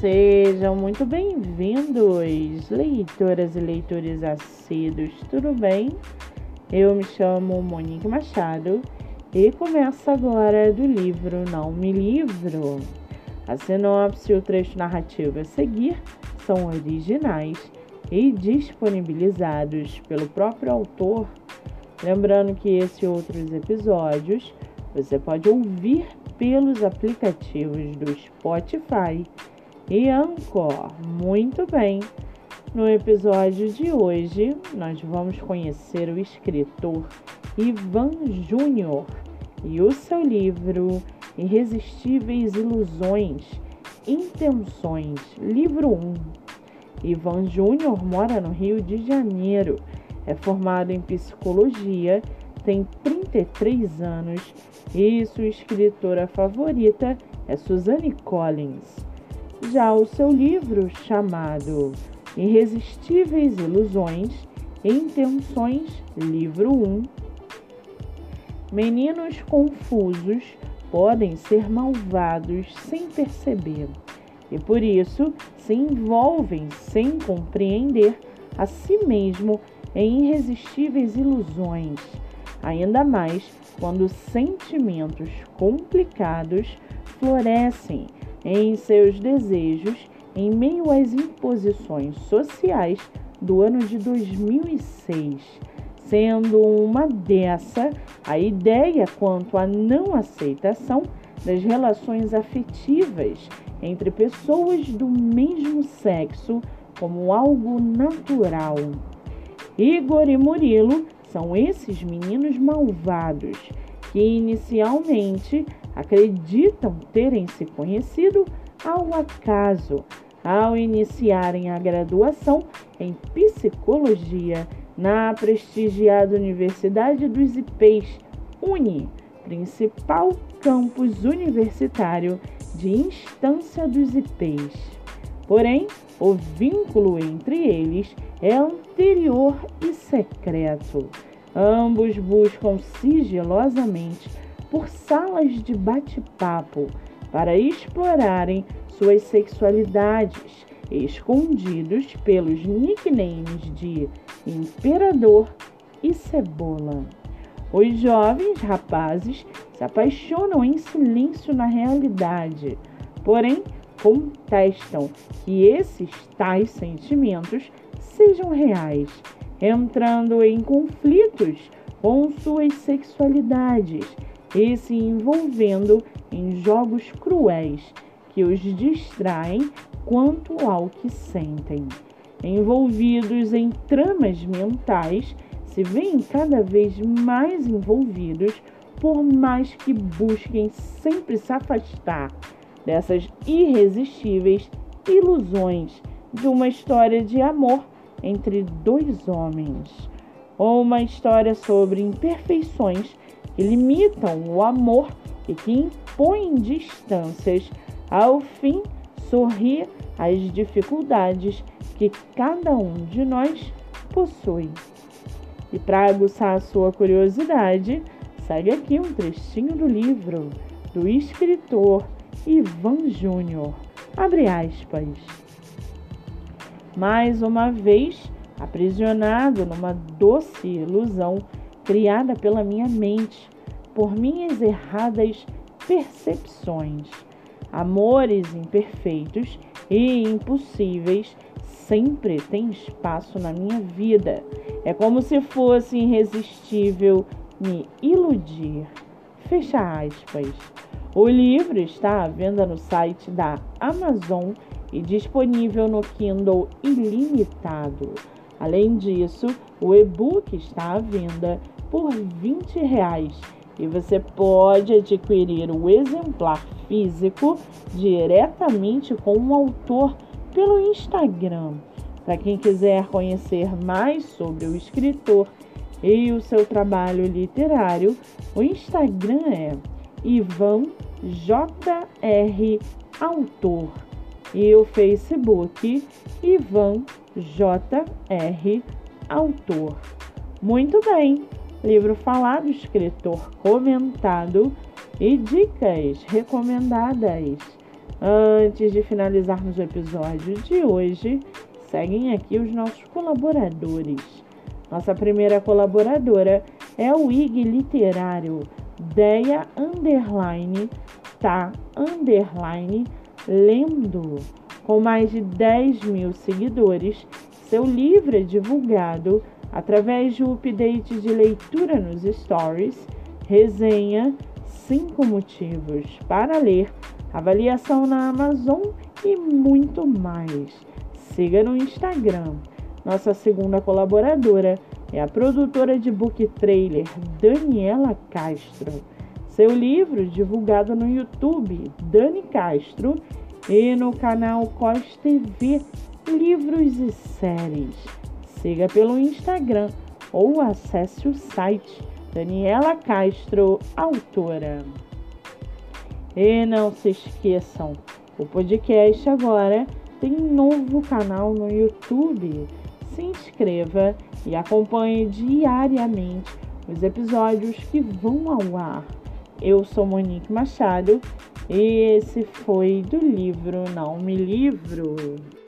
Sejam muito bem-vindos, leitoras e leitores assíduos, tudo bem? Eu me chamo Monique Machado e começo agora do livro Não Me Livro. A sinopse e o trecho narrativo a seguir são originais e disponibilizados pelo próprio autor. Lembrando que esse e outros episódios você pode ouvir pelos aplicativos do Spotify e Anchor. Muito bem, no episódio de hoje nós vamos conhecer o escritor Ivan Júnior e o seu livro Irresistíveis Ilusões, Intenções, livro 1. Ivan Júnior mora no Rio de Janeiro, é formado em psicologia, tem 33 anos e sua escritora favorita é Suzanne Collins. Já o seu livro, chamado Irresistíveis Ilusões e Intenções, livro 1. Meninos confusos podem ser malvados sem perceber e por isso se envolvem sem compreender a si mesmo em irresistíveis ilusões, ainda mais quando sentimentos complicados florescem em seus desejos em meio às imposições sociais do ano de 2006, sendo uma dessa a ideia quanto à não aceitação das relações afetivas entre pessoas do mesmo sexo como algo natural. Igor e Murilo são esses meninos malvados que inicialmente acreditam terem se conhecido ao acaso ao iniciarem a graduação em psicologia na prestigiada Universidade dos Ipês, UNI, principal campus universitário de Instância dos Ipês. Porém, o vínculo entre eles é anterior e secreto. Ambos buscam sigilosamente por salas de bate-papo para explorarem suas sexualidades, escondidos pelos nicknames de Imperador e Cebola. Os jovens rapazes se apaixonam em silêncio na realidade, porém contestam que esses tais sentimentos sejam reais, entrando em conflitos com suas sexualidades e se envolvendo em jogos cruéis que os distraem quanto ao que sentem. Envolvidos em tramas mentais, se veem cada vez mais envolvidos, por mais que busquem sempre se afastar dessas irresistíveis ilusões de uma história de amor entre dois homens, ou uma história sobre imperfeições que limitam o amor e que impõem distâncias, ao fim sorrir às dificuldades que cada um de nós possui. E para aguçar a sua curiosidade, segue aqui um trechinho do livro do escritor Ivan Júnior. Abre aspas. Mais uma vez, aprisionado numa doce ilusão criada pela minha mente, por minhas erradas percepções. Amores imperfeitos e impossíveis sempre têm espaço na minha vida. É como se fosse irresistível me iludir. Fecha aspas. O livro está à venda no site da Amazon e disponível no Kindle ilimitado. Além disso, o e-book está à venda por R$20 e você pode adquirir o exemplar físico diretamente com o autor pelo Instagram. Para quem quiser conhecer mais sobre o escritor e o seu trabalho literário, o Instagram é Ivan J.R. Autor e o Facebook Ivan J.R. Autor. Muito bem, livro falado, escritor comentado e dicas recomendadas. Antes de finalizarmos o episódio de hoje, seguem aqui os nossos colaboradores. Nossa primeira colaboradora é o IG Literário, Deia_tá_lendo. Com mais de 10 mil seguidores, seu livro é divulgado através de um update de leitura nos stories, resenha, 5 motivos para ler, avaliação na Amazon e muito mais. Siga no Instagram. Nossa segunda colaboradora é a produtora de book trailer Daniela Castro. Seu livro divulgado no YouTube, Dani Castro, e no canal COS TV, Livros e Séries. Siga pelo Instagram ou acesse o site Daniela Castro, autora. E não se esqueçam, o podcast agora tem novo canal no YouTube. Se inscreva e acompanhe diariamente os episódios que vão ao ar. Eu sou Monique Machado e esse foi do livro Não Me Livro.